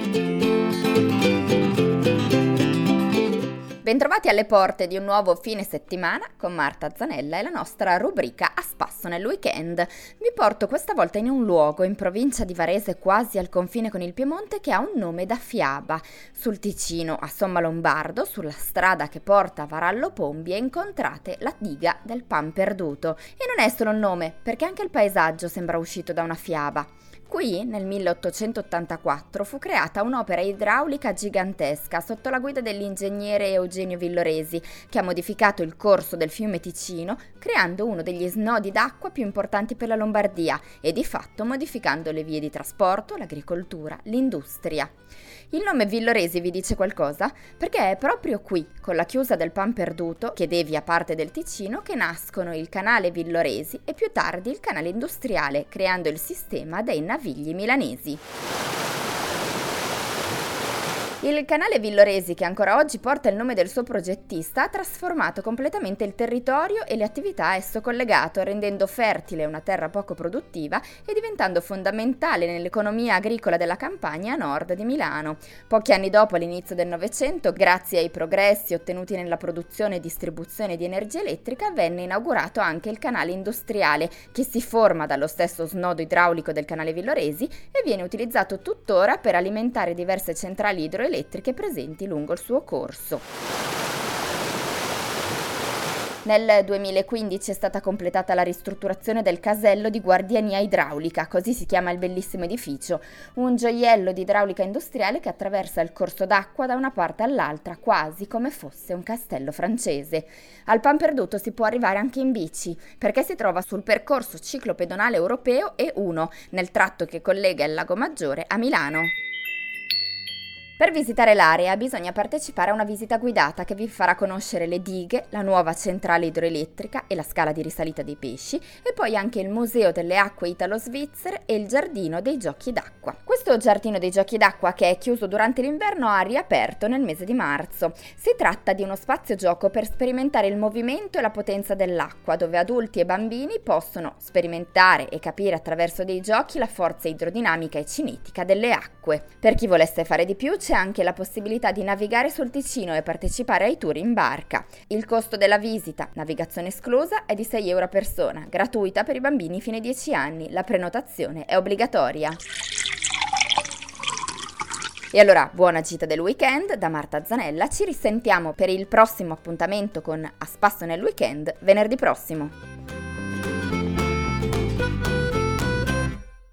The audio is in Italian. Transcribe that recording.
Bentrovati alle porte di un nuovo fine settimana con Marta Zanella e la nostra rubrica A Spasso nel Weekend. Vi porto questa volta in un luogo in provincia di Varese, quasi al confine con il Piemonte, che ha un nome da fiaba. Sul Ticino, a Sommalombardo, sulla strada che porta a Varallo Pombie, incontrate la diga del Pan Perduto. E non è solo un nome, perché anche il paesaggio sembra uscito da una fiaba. Qui, nel 1884, fu creata un'opera idraulica gigantesca sotto la guida dell'ingegnere Eugenio Villoresi, che ha modificato il corso del fiume Ticino, creando uno degli snodi d'acqua più importanti per la Lombardia e di fatto modificando le vie di trasporto, l'agricoltura, l'industria. Il nome Villoresi vi dice qualcosa? Perché è proprio qui, con la chiusa del Pan Perduto, che devia parte del Ticino, che nascono il canale Villoresi e più tardi il canale industriale, creando il sistema dei navigli milanesi. Il canale Villoresi, che ancora oggi porta il nome del suo progettista, ha trasformato completamente il territorio e le attività a esso collegato, rendendo fertile una terra poco produttiva e diventando fondamentale nell'economia agricola della campagna a nord di Milano. Pochi anni dopo l'inizio del Novecento, grazie ai progressi ottenuti nella produzione e distribuzione di energia elettrica, venne inaugurato anche il canale industriale, che si forma dallo stesso snodo idraulico del canale Villoresi e viene utilizzato tuttora per alimentare diverse centrali idroelettriche presenti lungo il suo corso. Nel 2015 è stata completata la ristrutturazione del casello di guardiania idraulica, così si chiama il bellissimo edificio, un gioiello di idraulica industriale che attraversa il corso d'acqua da una parte all'altra, quasi come fosse un castello francese. Al Pan Perduto si può arrivare anche in bici, perché si trova sul percorso ciclopedonale europeo E1, nel tratto che collega il Lago Maggiore a Milano. Per visitare l'area bisogna partecipare a una visita guidata che vi farà conoscere le dighe, la nuova centrale idroelettrica e la scala di risalita dei pesci e poi anche il Museo delle Acque Italo-Svizzere e il Giardino dei Giochi d'Acqua. Questo Giardino dei Giochi d'Acqua, che è chiuso durante l'inverno, ha riaperto nel mese di marzo. Si tratta di uno spazio gioco per sperimentare il movimento e la potenza dell'acqua, dove adulti e bambini possono sperimentare e capire attraverso dei giochi la forza idrodinamica e cinetica delle acque. Per chi volesse fare di più, c'è anche la possibilità di navigare sul Ticino e partecipare ai tour in barca. Il costo della visita, navigazione esclusa, è di 6 euro a persona, gratuita per i bambini fino ai 10 anni. La prenotazione è obbligatoria. E allora, buona gita del weekend da Marta Zanella, ci risentiamo per il prossimo appuntamento con A Spasso nel Weekend venerdì prossimo.